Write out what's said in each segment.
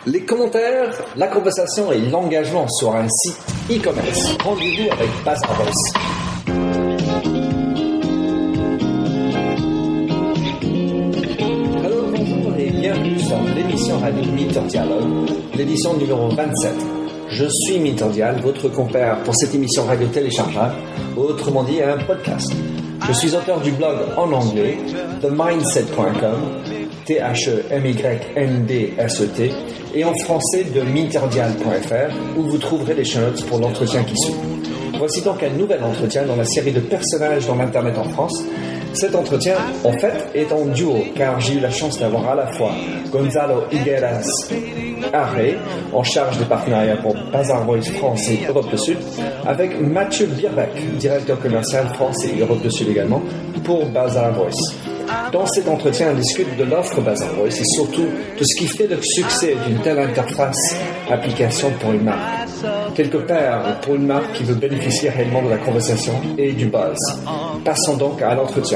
Les commentaires, la conversation et l'engagement sur un site e-commerce. Rendez-vous avec Bazaar Voice. Alors bonjour et bienvenue sur l'émission radio Minter Dialogue, l'édition numéro 27. Je suis Minter Dial, votre compère pour cette émission radio téléchargeable, autrement dit un podcast. Je suis auteur du blog en anglais, themindset.com, THEMYNDSET, et en français de minterdial.fr, où vous trouverez les show notes pour l'entretien qui suit. Voici donc un nouvel entretien dans la série de personnages dans l'Internet en France. Cet entretien, en fait, est en duo, car j'ai eu la chance d'avoir à la fois Gonzalo Higueras Arré, en charge des partenariats pour Bazaar Voice France et Europe du Sud, avec Mathieu Birbeck, directeur commercial France et Europe du Sud également, pour Bazaar Voice. Dans cet entretien, on discute de l'offre Bazaar Voice et surtout de ce qui fait le succès d'une telle interface application pour une marque. Quelques perles pour une marque qui veut bénéficier réellement de la conversation et du buzz. Passons donc à l'entretien.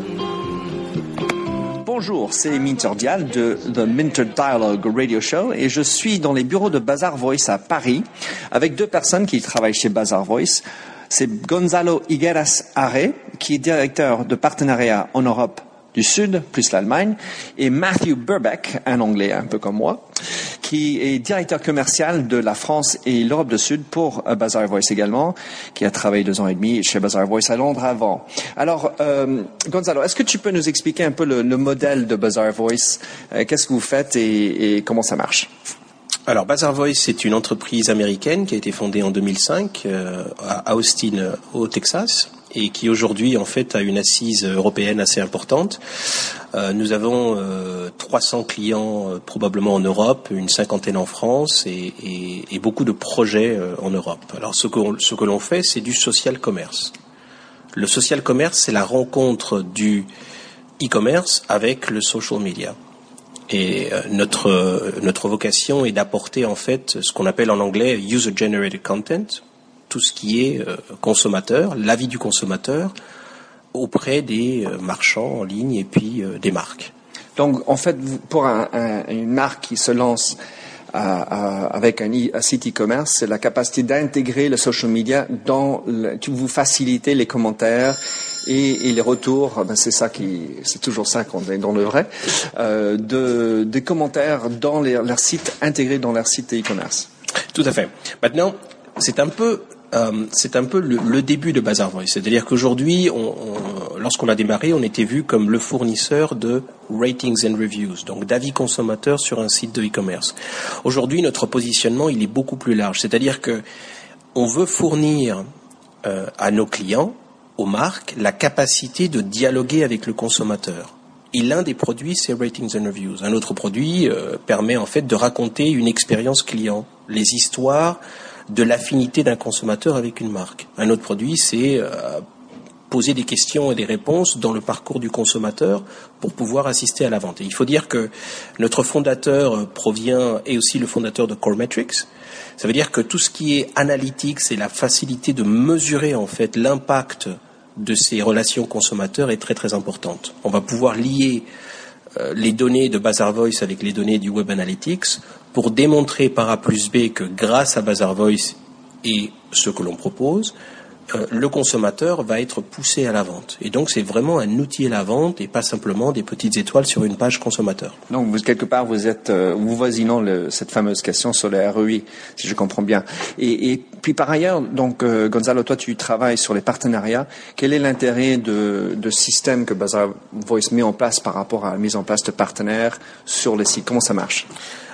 Bonjour, c'est Minter Dial de The Minter Dialogue Radio Show et je suis dans les bureaux de Bazaar Voice à Paris avec deux personnes qui travaillent chez Bazaar Voice. C'est Gonzalo Higueras Arré, qui est directeur de partenariat en Europe du Sud, plus l'Allemagne, et Matthew Birbeck, un Anglais un peu comme moi, qui est directeur commercial de la France et l'Europe du Sud pour Bazaar Voice également, qui a travaillé 2 ans et demi chez Bazaar Voice à Londres avant. Alors, Gonzalo, est-ce que tu peux nous expliquer un peu le modèle de Bazaar Voice? Qu'est-ce que vous faites et comment ça marche? Alors, Bazaar Voice, c'est une entreprise américaine qui a été fondée en 2005 à Austin, au Texas, et qui aujourd'hui, en fait, a une assise européenne assez importante. Nous avons 300 clients probablement en Europe, une 50aine en France et beaucoup de projets en Europe. Alors, ce que l'on fait, c'est du social commerce. Le social commerce, c'est la rencontre du e-commerce avec le social media. Et notre vocation est d'apporter en fait ce qu'on appelle en anglais user-generated content, tout ce qui est consommateur, l'avis du consommateur auprès des marchands en ligne et puis des marques. Donc en fait, pour une marque qui se lance avec un site e-commerce, c'est la capacité d'intégrer le social media vous facilitez les commentaires et les retours, c'est toujours ça qu'on est dans le vrai, des commentaires dans leur site, intégrés dans leur site e-commerce. Tout à fait. Maintenant, c'est un peu le début de Bazaar Voice. C'est-à-dire qu'aujourd'hui, lorsqu'on a démarré, on était vu comme le fournisseur de ratings and reviews, donc d'avis consommateurs sur un site de e-commerce. Aujourd'hui, notre positionnement, il est beaucoup plus large. C'est-à-dire que on veut fournir à nos clients, aux marques, la capacité de dialoguer avec le consommateur. Et l'un des produits, c'est Ratings and Reviews. Un autre produit permet en fait de raconter une expérience client, les histoires de l'affinité d'un consommateur avec une marque. Un autre produit, c'est poser des questions et des réponses dans le parcours du consommateur pour pouvoir assister à la vente. Et il faut dire que notre fondateur est aussi le fondateur de Core Metrics. Ça veut dire que tout ce qui est analytique, c'est la facilité de mesurer en fait l'impact de ces relations consommateurs est très très importante. On va pouvoir lier les données de Bazaar Voice avec les données du Web Analytics pour démontrer par A plus B que grâce à Bazaar Voice et ce que l'on propose, le consommateur va être poussé à la vente. Et donc, c'est vraiment un outil à la vente et pas simplement des petites étoiles sur une page consommateur. Donc, quelque part, vous voisinant cette fameuse question sur le ROI, si je comprends bien. Et puis, par ailleurs, donc, Gonzalo, toi, tu travailles sur les partenariats. Quel est l'intérêt de système que Bazaar Voice met en place par rapport à la mise en place de partenaires sur les sites? Comment ça marche?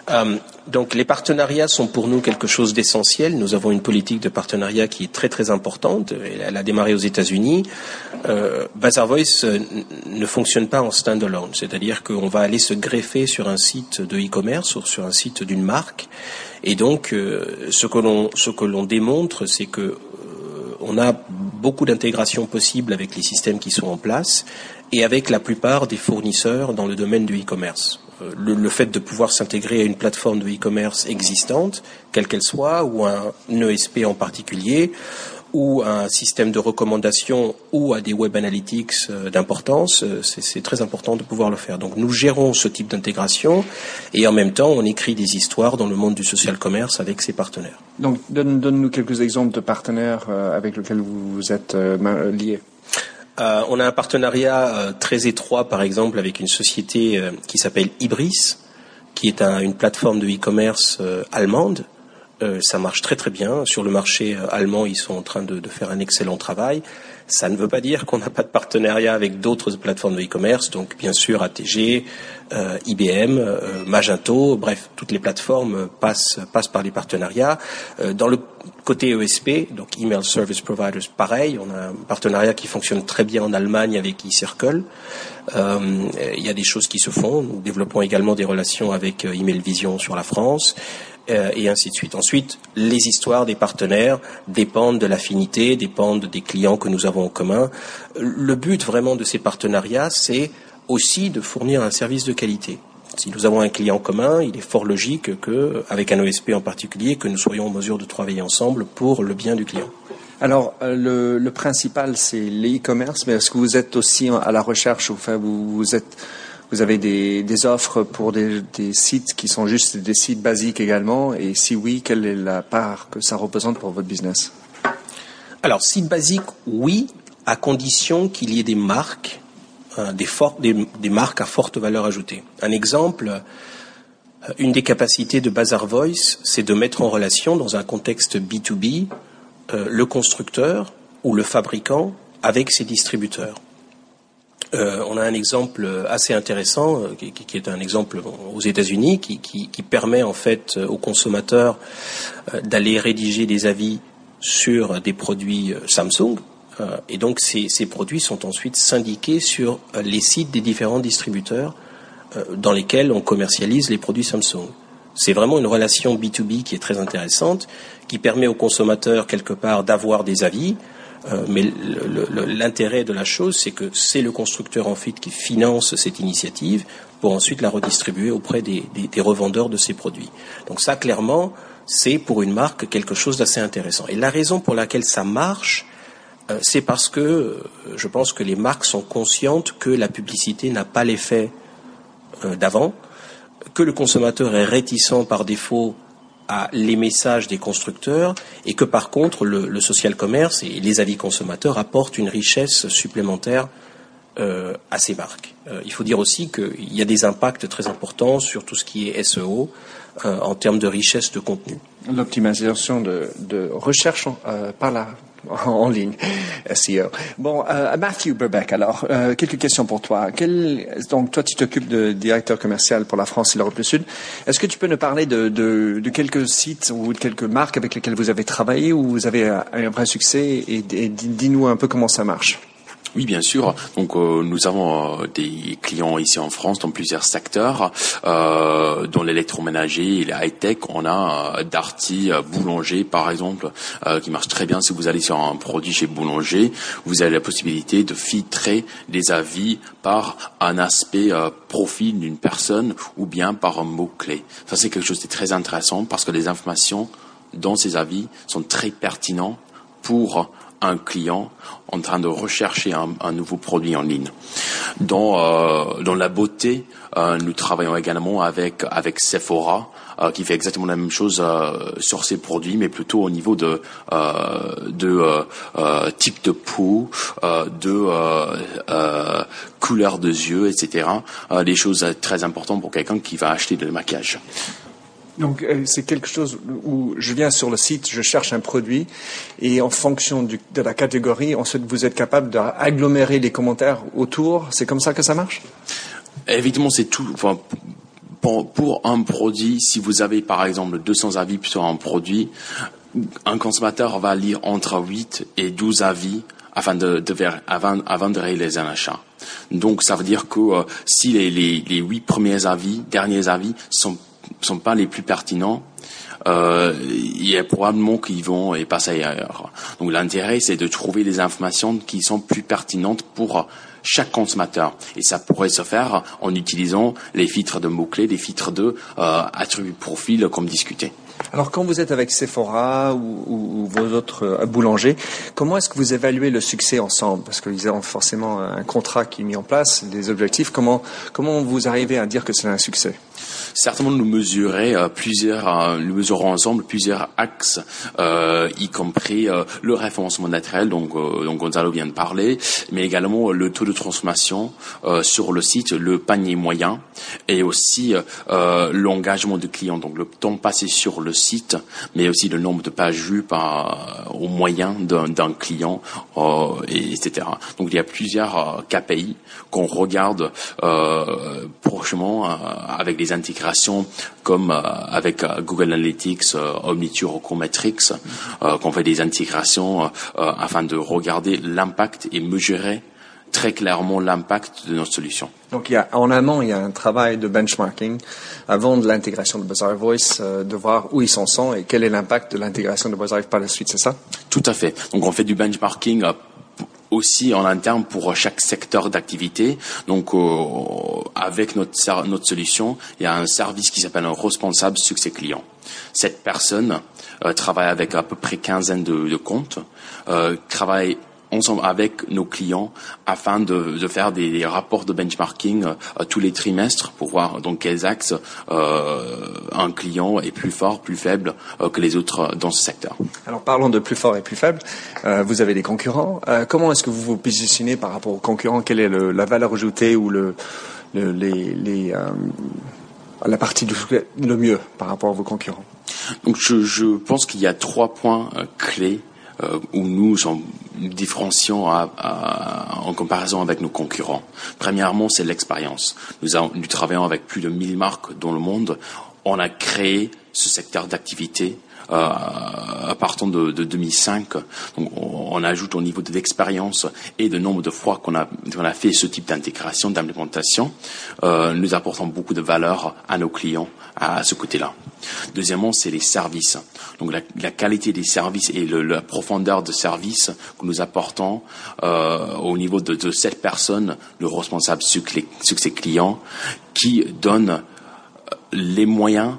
Donc les partenariats sont pour nous quelque chose d'essentiel. Nous avons une politique de partenariat qui est très très importante. Elle a démarré aux États-Unis. Bazaar Voice ne fonctionne pas en stand-alone, c'est-à-dire qu'on va aller se greffer sur un site de e-commerce ou sur un site d'une marque. Et donc ce que l'on démontre, c'est que on a beaucoup d'intégration possible avec les systèmes qui sont en place et avec la plupart des fournisseurs dans le domaine du e-commerce. Le fait de pouvoir s'intégrer à une plateforme de e-commerce existante, quelle qu'elle soit, ou un ESP en particulier, ou à un système de recommandation ou à des web analytics d'importance, c'est très important de pouvoir le faire. Donc nous gérons ce type d'intégration et en même temps on écrit des histoires dans le monde du social commerce avec ses partenaires. Donc donne-nous quelques exemples de partenaires avec lesquels vous êtes liés. On a un partenariat très étroit par exemple avec une société qui s'appelle Ibris, qui est une plateforme de e-commerce allemande. Ça marche très très bien. Sur le marché allemand, ils sont en train de faire un excellent travail. Ça ne veut pas dire qu'on n'a pas de partenariat avec d'autres plateformes de e-commerce, donc bien sûr ATG, IBM, Magento, bref, toutes les plateformes passent par les partenariats. Dans le côté ESP, donc Email Service Providers, pareil, on a un partenariat qui fonctionne très bien en Allemagne avec eCircle. Il y a des choses qui se font. Nous développons également des relations avec Email Vision sur la France. Et ainsi de suite. Ensuite, les histoires des partenaires dépendent de l'affinité, dépendent des clients que nous avons en commun. Le but vraiment de ces partenariats, c'est aussi de fournir un service de qualité. Si nous avons un client commun, il est fort logique que, avec un ESP en particulier, que nous soyons en mesure de travailler ensemble pour le bien du client. Alors, le principal, c'est les e-commerce, mais est-ce que vous êtes aussi à la recherche, enfin, vous avez des offres pour des sites qui sont juste des sites basiques également, et si oui, quelle est la part que ça représente pour votre business? Alors, site basique, oui, à condition qu'il y ait des marques, des marques à forte valeur ajoutée. Un exemple, une des capacités de Bazaar Voice, c'est de mettre en relation, dans un contexte B2B, le constructeur ou le fabricant avec ses distributeurs. On a un exemple assez intéressant, qui est un exemple aux États-Unis, qui permet en fait aux consommateurs d'aller rédiger des avis sur des produits Samsung. Et donc ces produits sont ensuite syndiqués sur les sites des différents distributeurs dans lesquels on commercialise les produits Samsung. C'est vraiment une relation B2B qui est très intéressante, qui permet aux consommateurs quelque part d'avoir des avis. Mais l'intérêt de la chose, c'est que c'est le constructeur en fait qui finance cette initiative pour ensuite la redistribuer auprès des revendeurs de ces produits. Donc ça, clairement, c'est pour une marque quelque chose d'assez intéressant. Et la raison pour laquelle ça marche, c'est parce que je pense que les marques sont conscientes que la publicité n'a pas l'effet d'avant, que le consommateur est réticent par défaut à les messages des constructeurs et que par contre le social commerce et les avis consommateurs apportent une richesse supplémentaire à ces marques. Il faut dire aussi qu'il y a des impacts très importants sur tout ce qui est SEO en termes de richesse de contenu. L'optimisation de recherche en ligne, SEO. Bon, Matthew Burbeck, alors, quelques questions pour toi. Donc, toi, tu t'occupes de directeur commercial pour la France et l'Europe du Sud. Est-ce que tu peux nous parler de quelques sites ou de quelques marques avec lesquelles vous avez travaillé, où vous avez un vrai succès, et dis-nous un peu comment ça marche? Oui, bien sûr. Donc, nous avons des clients ici en France dans plusieurs secteurs. Dans l'électroménager et les high-tech, on a Darty, Boulanger, par exemple, qui marche très bien. Si vous allez sur un produit chez Boulanger, vous avez la possibilité de filtrer les avis par un aspect profil d'une personne ou bien par un mot-clé. Ça, c'est quelque chose de très intéressant parce que les informations dans ces avis sont très pertinentes pour un client en train de rechercher un nouveau produit en ligne. Dans la beauté, nous travaillons également avec Sephora, qui fait exactement la même chose sur ses produits, mais plutôt au niveau de type de peau, de couleur de yeux, etc. Des choses très importantes pour quelqu'un qui va acheter du maquillage. Donc, c'est quelque chose où je viens sur le site, je cherche un produit, et en fonction de la catégorie, ensuite vous êtes capable d'agglomérer les commentaires autour. C'est comme ça que ça marche? Évidemment, c'est tout. Enfin, pour un produit, si vous avez par exemple 200 avis sur un produit, un consommateur va lire entre 8 et 12 avis avant de réaliser un achat. Donc, ça veut dire que si les 8 derniers avis sont pas les plus pertinents, il y a probablement qu'ils vont y passer ailleurs. Donc l'intérêt, c'est de trouver des informations qui sont plus pertinentes pour chaque consommateur. Et ça pourrait se faire en utilisant les filtres de mots-clés, les filtres de attributs profil comme discuté. Alors, quand vous êtes avec Sephora ou vos autres boulangers, comment est-ce que vous évaluez le succès ensemble? Parce qu'ils ont forcément un contrat qui est mis en place, des objectifs. Comment vous arrivez à dire que c'est un succès? Certainement, nous mesurons ensemble plusieurs axes, y compris le référencement naturel, dont Gonzalo vient de parler, mais également le taux de transformation sur le site, le panier moyen, et aussi l'engagement du client, donc le temps passé sur le site, mais aussi le nombre de pages vues au moyen d'un client, etc. Donc il y a plusieurs KPI qu'on regarde prochainement avec les intégrations comme avec Google Analytics, Omniture ou Cometrix, qu'on fait des intégrations afin de regarder l'impact et mesurer très clairement l'impact de notre solution. Donc en amont, il y a un travail de benchmarking avant de l'intégration de Bazaarvoice, de voir où ils sont et quel est l'impact de l'intégration de Bazaarvoice par la suite, c'est ça? Tout à fait. Donc on fait du benchmarking aussi en interne pour chaque secteur d'activité. Donc, avec notre solution, il y a un service qui s'appelle un responsable succès client. Cette personne travaille avec à peu près quinzaine de comptes, travaille ensemble avec nos clients afin de faire des rapports de benchmarking tous les trimestres pour voir dans quels axes un client est plus fort, plus faible que les autres dans ce secteur. Alors parlons de plus fort et plus faible. Vous avez des concurrents. Comment est-ce que vous vous positionnez par rapport aux concurrents? Quelle est la valeur ajoutée ou la partie le mieux par rapport à vos concurrents? Donc je pense qu'il y a 3 points clés où nous sommes différenciants en comparaison avec nos concurrents. Premièrement, c'est l'expérience. Nous travaillons avec plus de 1000 marques dans le monde. On a créé ce secteur d'activité à partir de 2005. Donc, on ajoute au niveau de l'expérience et de nombre de fois qu'on a fait ce type d'intégration, d'implémentation, nous apportons beaucoup de valeur à nos clients à ce côté-là. Deuxièmement, c'est les services. Donc la qualité des services et la profondeur de services que nous apportons au niveau de cette personne, le responsable succès client, qui donne les moyens,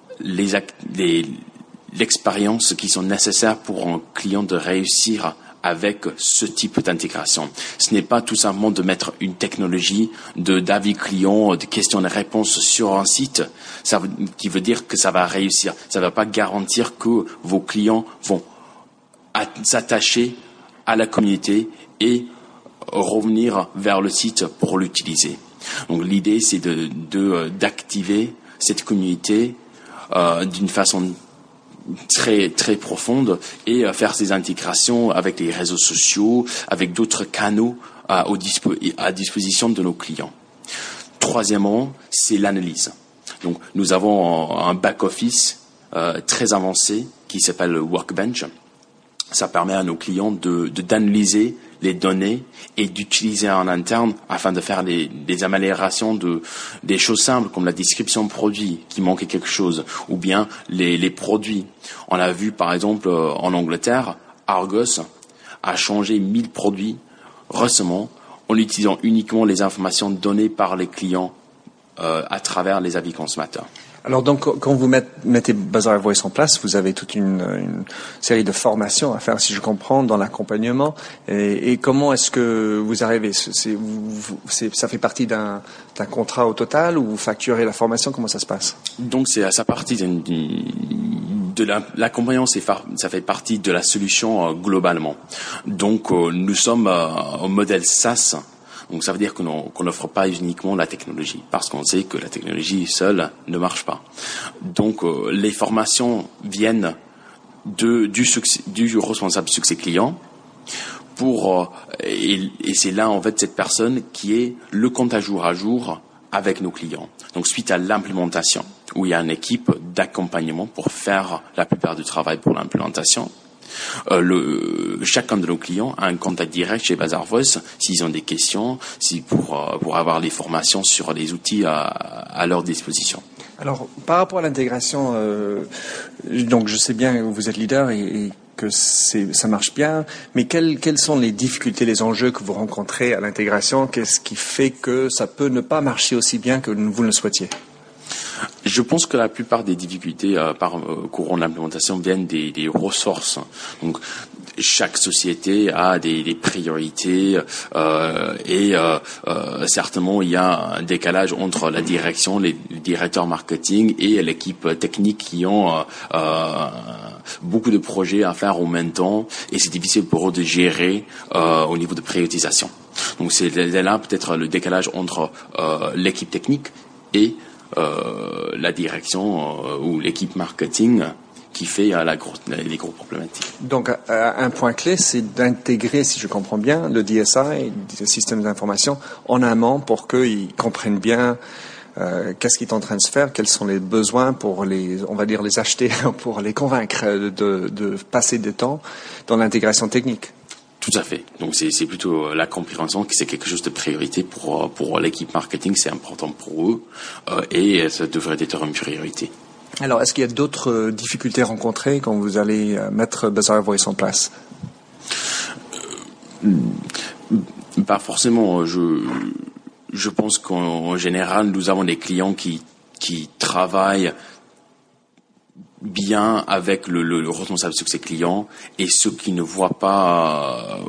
l'expérience qui sont nécessaires pour un client de réussir avec ce type d'intégration. Ce n'est pas tout simplement de mettre une technologie d'avis client, de questions et réponses sur un site, qui veut dire que ça va réussir. Ça ne va pas garantir que vos clients vont s'attacher à la communauté et revenir vers le site pour l'utiliser. Donc l'idée, c'est d'activer cette communauté d'une façon très très profonde et faire ces intégrations avec les réseaux sociaux, avec d'autres canaux à disposition de nos clients. Troisièmement, c'est l'analyse. Donc nous avons un back-office très avancé qui s'appelle le Workbench. Ça permet à nos clients d'analyser les données et d'utiliser en interne afin de faire des améliorations des choses simples comme la description de produit qui manquait quelque chose ou bien les produits. On a vu par exemple en Angleterre, Argos a changé 1000 produits récemment en utilisant uniquement les informations données par les clients à travers les avis consommateurs. Alors donc, quand vous mettez Bazaarvoice en place, vous avez toute une série de formations à faire, si je comprends, dans l'accompagnement. Et comment est-ce que vous arrivez? Ça fait partie d'un contrat au total ou vous facturez la formation? Comment ça se passe? Donc c'est à sa partie de l'accompagnement, ça fait partie de la solution globalement. Donc nous sommes au modèle SaaS. Donc ça veut dire qu'on n'offre pas uniquement la technologie, parce qu'on sait que la technologie seule ne marche pas. Donc les formations viennent du responsable succès client et c'est là en fait cette personne qui est le compte à jour avec nos clients. Donc suite à l'implémentation, où il y a une équipe d'accompagnement pour faire la plupart du travail pour l'implémentation. Chacun de nos clients a un contact direct chez Bazaarvoice s'ils ont des questions, pour avoir les formations sur les outils à leur disposition. Alors, par rapport à l'intégration, donc je sais bien que vous êtes leader et que ça marche bien, mais quelles sont les difficultés, les enjeux que vous rencontrez à l'intégration? Qu'est-ce qui fait que ça peut ne pas marcher aussi bien que vous le souhaitiez? Je pense que la plupart des difficultés par courant d'implémentation viennent des ressources. Donc, chaque société a des priorités et certainement il y a un décalage entre la direction, les directeurs marketing et l'équipe technique qui ont beaucoup de projets à faire en même temps et c'est difficile pour eux de gérer au niveau de priorisation. Donc c'est là peut-être le décalage entre l'équipe technique et la direction ou l'équipe marketing qui fait les gros problématiques. Donc, un point clé, c'est d'intégrer, si je comprends bien, le DSI, le système d'information, en amont pour qu'ils comprennent bien qu'est-ce qui est en train de se faire, quels sont les besoins pour les acheter, pour les convaincre de passer du temps dans l'intégration technique. Tout à fait. Donc c'est plutôt la compréhension que c'est quelque chose de priorité pour l'équipe marketing, c'est important pour eux et ça devrait être une priorité. Alors, est-ce qu'il y a d'autres difficultés rencontrées quand vous allez mettre Bazaar Voice en place? Pas forcément. Je pense qu'en général, nous avons des clients qui travaillent bien avec le responsable succès client et ceux qui ne voient pas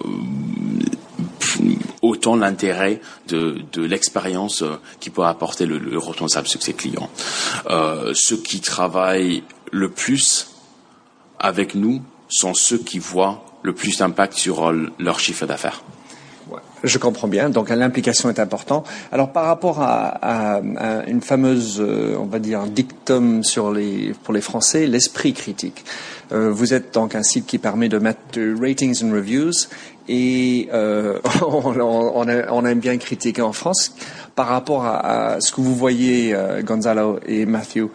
autant l'intérêt de l'expérience qui peut apporter le responsable succès client. Ceux qui travaillent le plus avec nous sont ceux qui voient le plus d'impact sur leur chiffre d'affaires. Je comprends bien. Donc, l'implication est importante. Alors, par rapport à une fameuse, on va dire, dictum pour les Français, l'esprit critique. Vous êtes donc un site qui permet de mettre de ratings and reviews et on aime bien critiquer en France. Par rapport à ce que vous voyez, Gonzalo et Matthew,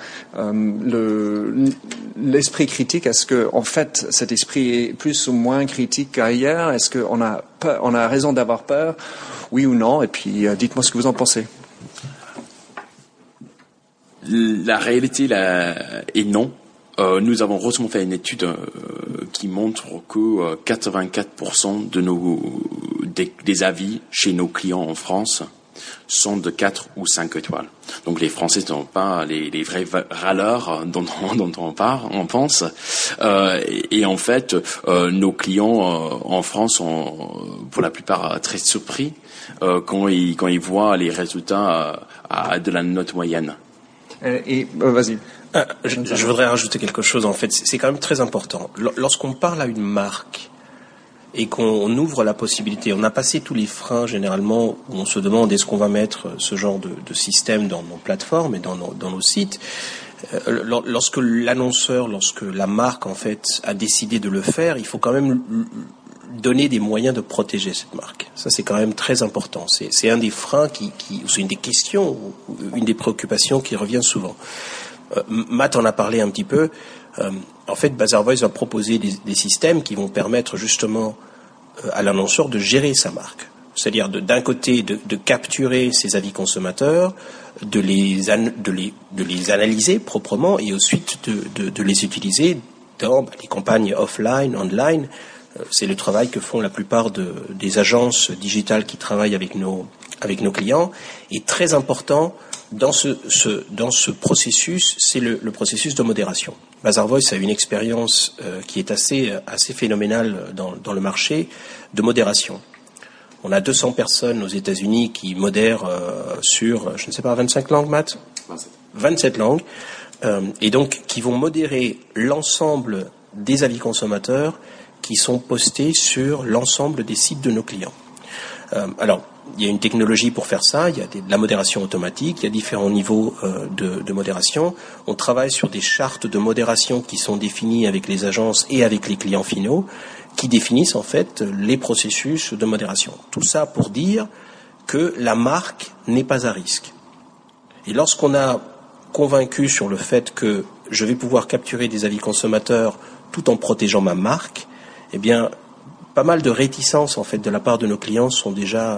l'esprit critique, est-ce que en fait cet esprit est plus ou moins critique qu'ailleurs? Est-ce qu'on a raison d'avoir peur, oui ou non? Et puis dites-moi ce que vous en pensez. La réalité est non. Nous avons récemment fait une étude qui montre que 84% des avis chez nos clients en France sont de 4 ou 5 étoiles. Donc les Français ne sont pas les vrais râleurs dont on pense. Et en fait, nos clients en France sont pour la plupart très surpris quand ils voient les résultats de la note moyenne. Et vas-y. Je voudrais rajouter quelque chose. En fait, c'est quand même très important. Lorsqu'on parle à une marque et qu'on ouvre la possibilité, on a passé tous les freins généralement où on se demande est-ce qu'on va mettre ce genre de système dans nos plateformes et dans nos sites. Lorsque l'annonceur, lorsque la marque en fait a décidé de le faire, il faut quand même donner des moyens de protéger cette marque. Ça c'est quand même très important. C'est un des freins c'est une des questions, une des préoccupations qui revient souvent. Matt en a parlé un petit peu. En fait, Bazaar Voice va proposer des systèmes qui vont permettre justement à l'annonceur de gérer sa marque. C'est-à-dire d'un côté de capturer ses avis consommateurs, de les analyser proprement et ensuite de les utiliser dans les campagnes offline, online. C'est le travail que font la plupart des agences digitales qui travaillent avec nos clients. Et très important dans ce processus, c'est le processus de modération. Bazaar Voice a une expérience qui est assez phénoménale dans le marché de modération. On a 200 personnes aux États-Unis qui modèrent sur, je ne sais pas, 25 langues, Matt ? 27 langues. Et donc, qui vont modérer l'ensemble des avis consommateurs qui sont postés sur l'ensemble des sites de nos clients. Alors, il y a une technologie pour faire ça, il y a de la modération automatique, il y a différents niveaux de modération. On travaille sur des chartes de modération qui sont définies avec les agences et avec les clients finaux, qui définissent en fait les processus de modération. Tout ça pour dire que la marque n'est pas à risque. Et lorsqu'on a convaincu sur le fait que je vais pouvoir capturer des avis consommateurs tout en protégeant ma marque, eh bien, pas mal de réticences en fait de la part de nos clients sont déjà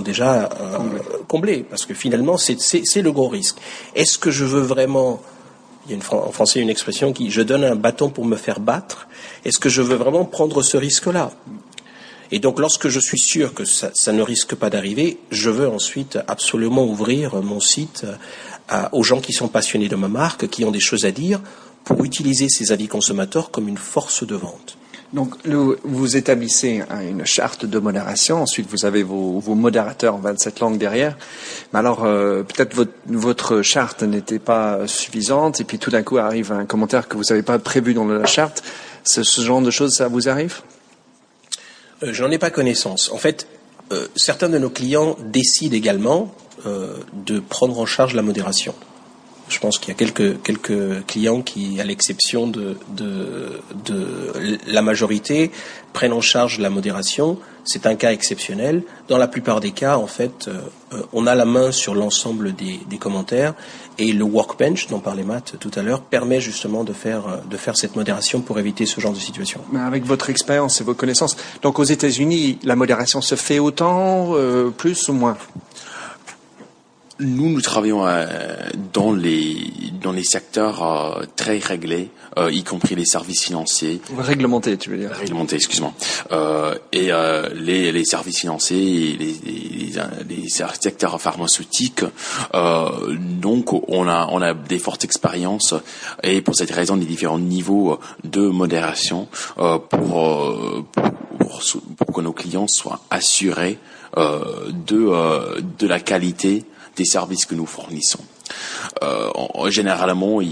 comblées parce que finalement c'est le gros risque. Est-ce que je veux vraiment Il y a en français une expression qui, je donne un bâton pour me faire battre. Est-ce que je veux vraiment prendre ce risque-là? Et donc, lorsque je suis sûr que ça ne risque pas d'arriver, je veux ensuite absolument ouvrir mon site aux gens qui sont passionnés de ma marque, qui ont des choses à dire, pour utiliser ces avis consommateurs comme une force de vente. Donc, vous établissez une charte de modération. Ensuite, vous avez vos modérateurs en 27 langues derrière. Mais alors, peut-être votre charte n'était pas suffisante, et puis tout d'un coup arrive un commentaire que vous n'avez pas prévu dans la charte. Ce genre de choses, ça vous arrive? J'en ai pas connaissance. En fait, certains de nos clients décident également de prendre en charge la modération. Je pense qu'il y a quelques clients qui, à l'exception de la majorité, prennent en charge la modération. C'est un cas exceptionnel. Dans la plupart des cas, en fait, on a la main sur l'ensemble des commentaires, et le workbench dont parlait Matt tout à l'heure permet justement de faire cette modération pour éviter ce genre de situation. Mais avec votre expérience et vos connaissances, donc aux États-Unis, la modération se fait autant, plus ou moins? Nous travaillons dans les secteurs très réglés, y compris les services financiers. Réglementés, tu veux dire? Réglementés, excuse-moi. Et les services financiers, les secteurs pharmaceutiques. Donc, on a des fortes expériences, et pour cette raison, des différents niveaux de modération pour que nos clients soient assurés de la qualité des services que nous fournissons. Généralement,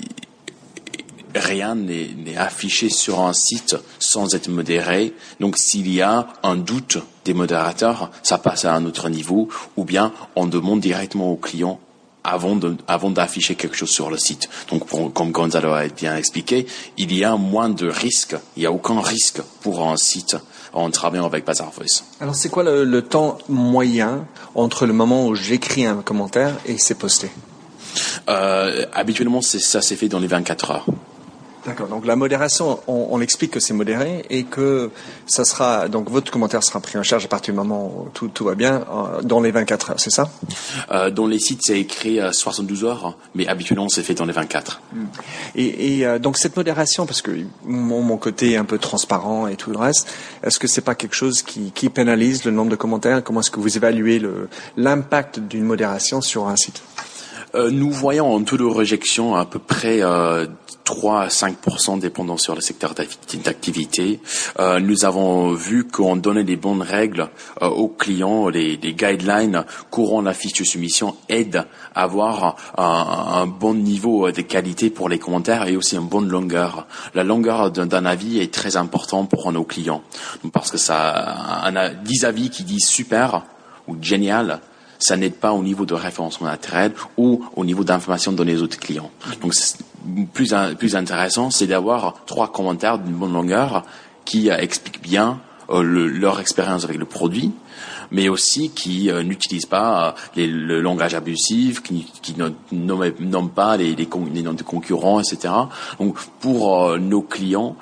rien n'est affiché sur un site sans être modéré. Donc, s'il y a un doute des modérateurs, ça passe à un autre niveau, ou bien on demande directement au client avant d'afficher quelque chose sur le site. Donc, comme Gonzalo a bien expliqué, il y a moins de risques. Il n'y a aucun risque pour un site en travaillant avec Bazaarvoice. Alors, c'est quoi le temps moyen entre le moment où j'écris un commentaire et c'est posté? Habituellement, ça s'est fait dans les 24 heures. D'accord. Donc la modération, on explique que c'est modéré et que ça sera, donc votre commentaire sera pris en charge à partir du moment où tout va bien dans les 24 heures, c'est ça? Dans les sites, c'est écrit 72 heures, mais habituellement, c'est fait dans les 24. Et donc cette modération, parce que mon côté un peu transparent et tout le reste, est-ce que c'est pas quelque chose qui pénalise le nombre de commentaires? Comment est-ce que vous évaluez l'impact d'une modération sur un site? Nous voyons un taux de réjection à peu près 3 à 5% dépendant sur le secteur d'activité. Nous avons vu qu'on donnait des bonnes règles aux clients, les guidelines courant la fiche de soumission aident à avoir un bon niveau de qualité pour les commentaires et aussi une bonne longueur. La longueur d'un avis est très importante pour nos clients parce que ça, 10 avis qui disent super ou génial, ça n'aide pas au niveau de référencement naturel ou au niveau d'information donnée aux autres clients. Donc, plus intéressant, c'est d'avoir 3 commentaires d'une bonne longueur qui expliquent bien leur expérience avec le produit, mais aussi qui n'utilisent pas le langage abusif, qui ne nomment pas les noms de concurrents, etc. Donc, pour nos clients,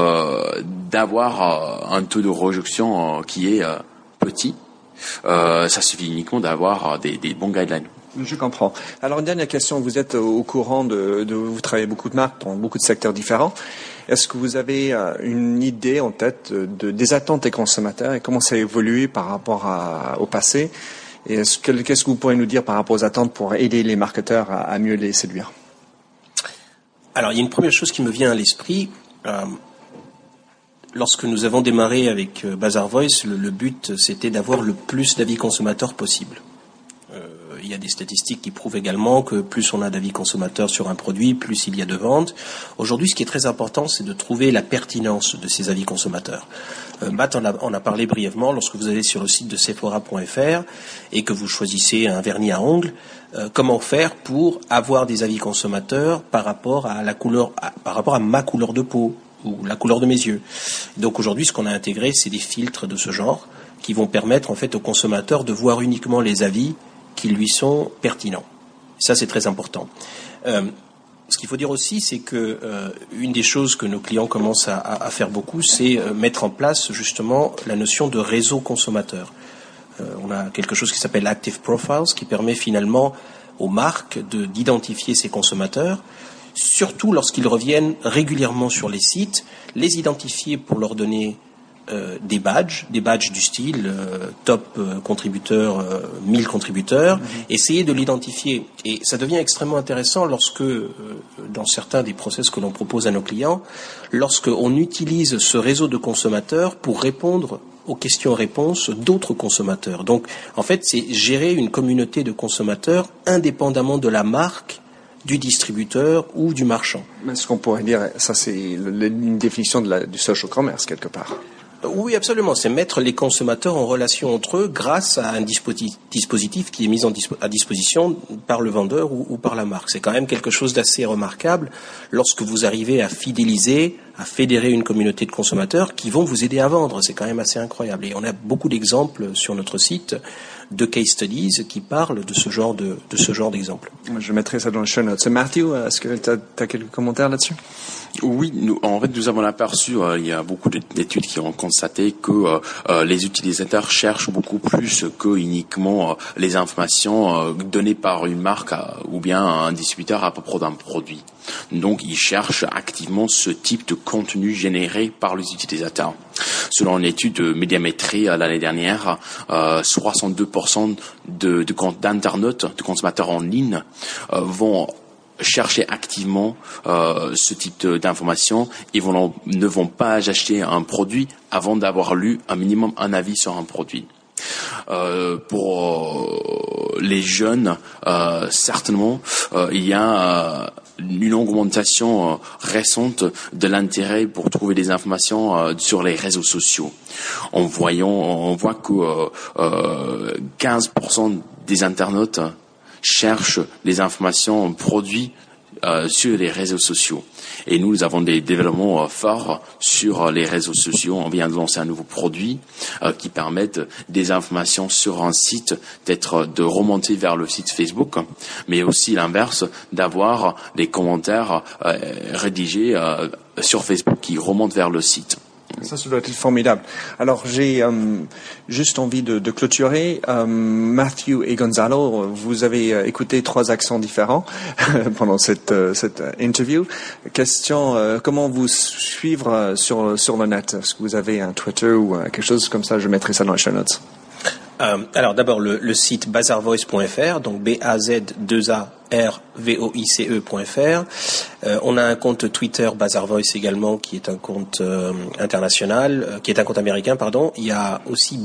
d'avoir un taux de réjection qui est petit, ça suffit uniquement d'avoir des bons guidelines. Je comprends. Alors, une dernière question. Vous êtes au courant vous travaillez beaucoup de marques dans beaucoup de secteurs différents. Est-ce que vous avez une idée en tête des attentes des consommateurs et comment ça a évolué par rapport au passé? Et qu'est-ce que vous pourriez nous dire par rapport aux attentes pour aider les marketeurs à mieux les séduire? Alors, il y a une première chose qui me vient à l'esprit. Lorsque nous avons démarré avec Bazaarvoice, le but, c'était d'avoir le plus d'avis consommateurs possible. Il y a des statistiques qui prouvent également que plus on a d'avis consommateurs sur un produit, plus il y a de ventes. Aujourd'hui, ce qui est très important, c'est de trouver la pertinence de ces avis consommateurs. Matt en a parlé brièvement. Lorsque vous allez sur le site de Sephora.fr et que vous choisissez un vernis à ongles, comment faire pour avoir des avis consommateurs par rapport à ma couleur de peau ou la couleur de mes yeux. Donc aujourd'hui, ce qu'on a intégré, c'est des filtres de ce genre qui vont permettre en fait au consommateur de voir uniquement les avis qui lui sont pertinents. Ça, c'est très important. Ce qu'il faut dire aussi, c'est que une des choses que nos clients commencent à faire beaucoup, c'est mettre en place justement la notion de réseau consommateur. On a quelque chose qui s'appelle Active Profiles, qui permet finalement aux marques d'identifier ces consommateurs surtout lorsqu'ils reviennent régulièrement sur les sites, les identifier pour leur donner des badges du style top contributeur, 1000 contributeurs, essayer de l'identifier. Et ça devient extrêmement intéressant lorsque, dans certains des process que l'on propose à nos clients, lorsque on utilise ce réseau de consommateurs pour répondre aux questions-réponses d'autres consommateurs. Donc, en fait, c'est gérer une communauté de consommateurs indépendamment de la marque, du distributeur ou du marchand. Mais ce qu'on pourrait dire, ça c'est une définition du social commerce quelque part. Oui, absolument. C'est mettre les consommateurs en relation entre eux grâce à un dispositif qui est mis à disposition par le vendeur ou par la marque. C'est quand même quelque chose d'assez remarquable lorsque vous arrivez à fidéliser, à fédérer une communauté de consommateurs qui vont vous aider à vendre. C'est quand même assez incroyable. Et on a beaucoup d'exemples sur notre site de case studies qui parlent de ce genre d'exemples. Je mettrai ça dans le show notes. Matthew, est-ce que tu as quelques commentaires là-dessus? Oui, nous avons aperçu, il y a beaucoup d'études qui ont constaté que les utilisateurs cherchent beaucoup plus que uniquement les informations données par une marque ou bien un distributeur à propos d'un produit. Donc, ils cherchent activement ce type de contenu généré par les utilisateurs. Selon une étude de Médiamétrie l'année dernière, 62% d'internautes, de consommateurs en ligne, vont chercher activement ce type d'informations et ne vont pas acheter un produit avant d'avoir lu un minimum un avis sur un produit. Pour les jeunes, certainement, il y a une augmentation récente de l'intérêt pour trouver des informations sur les réseaux sociaux. On voit que 15% des internautes cherchent des informations produits sur les réseaux sociaux. Et nous avons des développements forts sur les réseaux sociaux. On vient de lancer un nouveau produit qui permettent des informations sur un site, de remonter vers le site Facebook, mais aussi l'inverse, d'avoir des commentaires rédigés sur Facebook qui remontent vers le site. Ça doit être formidable. Alors, j'ai juste envie de clôturer. Matthew et Gonzalo, vous avez écouté 3 accents différents pendant cette interview. Question, comment vous suivre sur le net? Est-ce que vous avez un Twitter ou quelque chose comme ça? Je mettrai ça dans les show notes. Alors d'abord le site bazarvoice.fr, donc bazarvoice.fr. On a un compte Twitter Bazarvoice également qui est un compte international, qui est un compte américain, pardon. Il y a aussi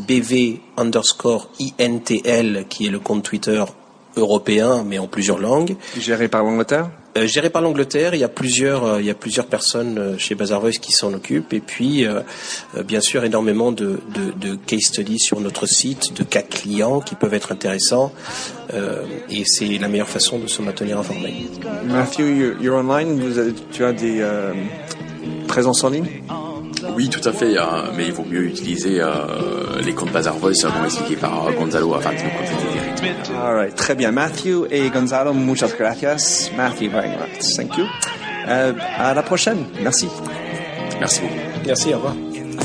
BV_INTL qui est le compte Twitter européen mais en plusieurs langues. Géré par l'Angleterre? Géré par l'Angleterre, il y a plusieurs personnes chez Bazarvoice qui s'en occupent, et puis bien sûr énormément de case studies sur notre site, de cas clients qui peuvent être intéressants, et c'est la meilleure façon de se maintenir informé. Matthew, you're online, tu as des présences en ligne? Oui, tout à fait, mais il vaut mieux utiliser les comptes Bazarvoice comme expliqué par Gonzalo afin de nous contacter directement. All right, très bien. Matthew et Gonzalo, muchas gracias. Matthew, very much. Thank you. À la prochaine. Merci. Merci beaucoup. Merci, au revoir.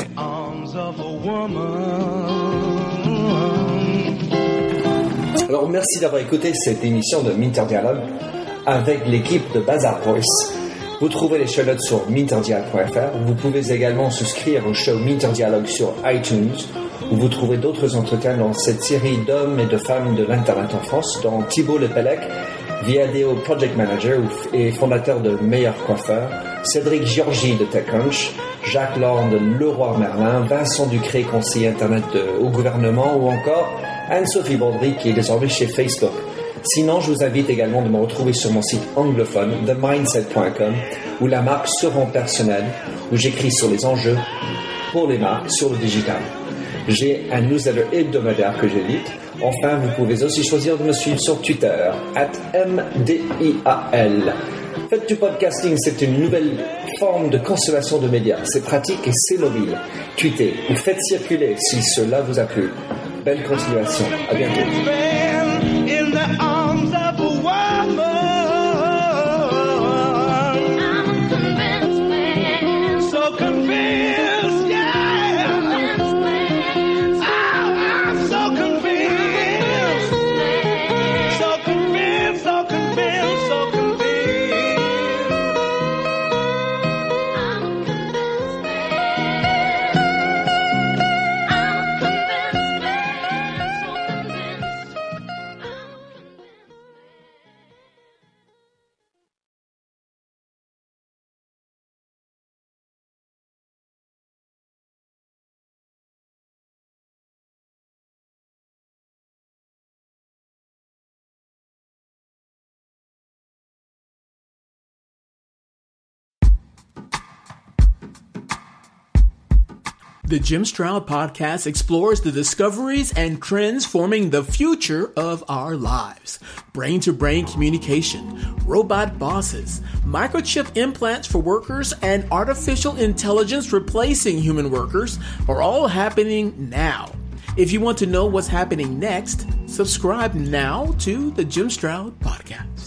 Alors, merci d'avoir écouté cette émission de Minter Dialogue avec l'équipe de Bazarvoice. Vous trouvez les show notes sur minterdial.fr. Vous pouvez également souscrire au show Minter Dialogue sur iTunes, où vous trouvez d'autres entretiens dans cette série d'hommes et de femmes de l'Internet en France, dont Thibault Lepellec, Viadeo Project Manager et fondateur de Meilleur Coiffeur, Cédric Giorgi de TechCrunch, Jacques Lord de Leroy Merlin, Vincent Ducré, conseiller Internet au gouvernement, ou encore Anne-Sophie Baudry, qui est désormais chez Facebook. Sinon, je vous invite également de me retrouver sur mon site anglophone, themindset.com, où la marque se rend personnelle, où j'écris sur les enjeux pour les marques sur le digital. J'ai un newsletter hebdomadaire que j'édite. Enfin, vous pouvez aussi choisir de me suivre sur Twitter, @MDIAL. Faites du podcasting, c'est une nouvelle forme de consommation de médias. C'est pratique et c'est mobile. Tweetez ou faites circuler si cela vous a plu. Belle continuation. À bientôt. The Jim Stroud Podcast explores the discoveries and trends forming the future of our lives. Brain-to-brain communication, robot bosses, microchip implants for workers, and artificial intelligence replacing human workers are all happening now. If you want to know what's happening next, subscribe now to the Jim Stroud Podcast.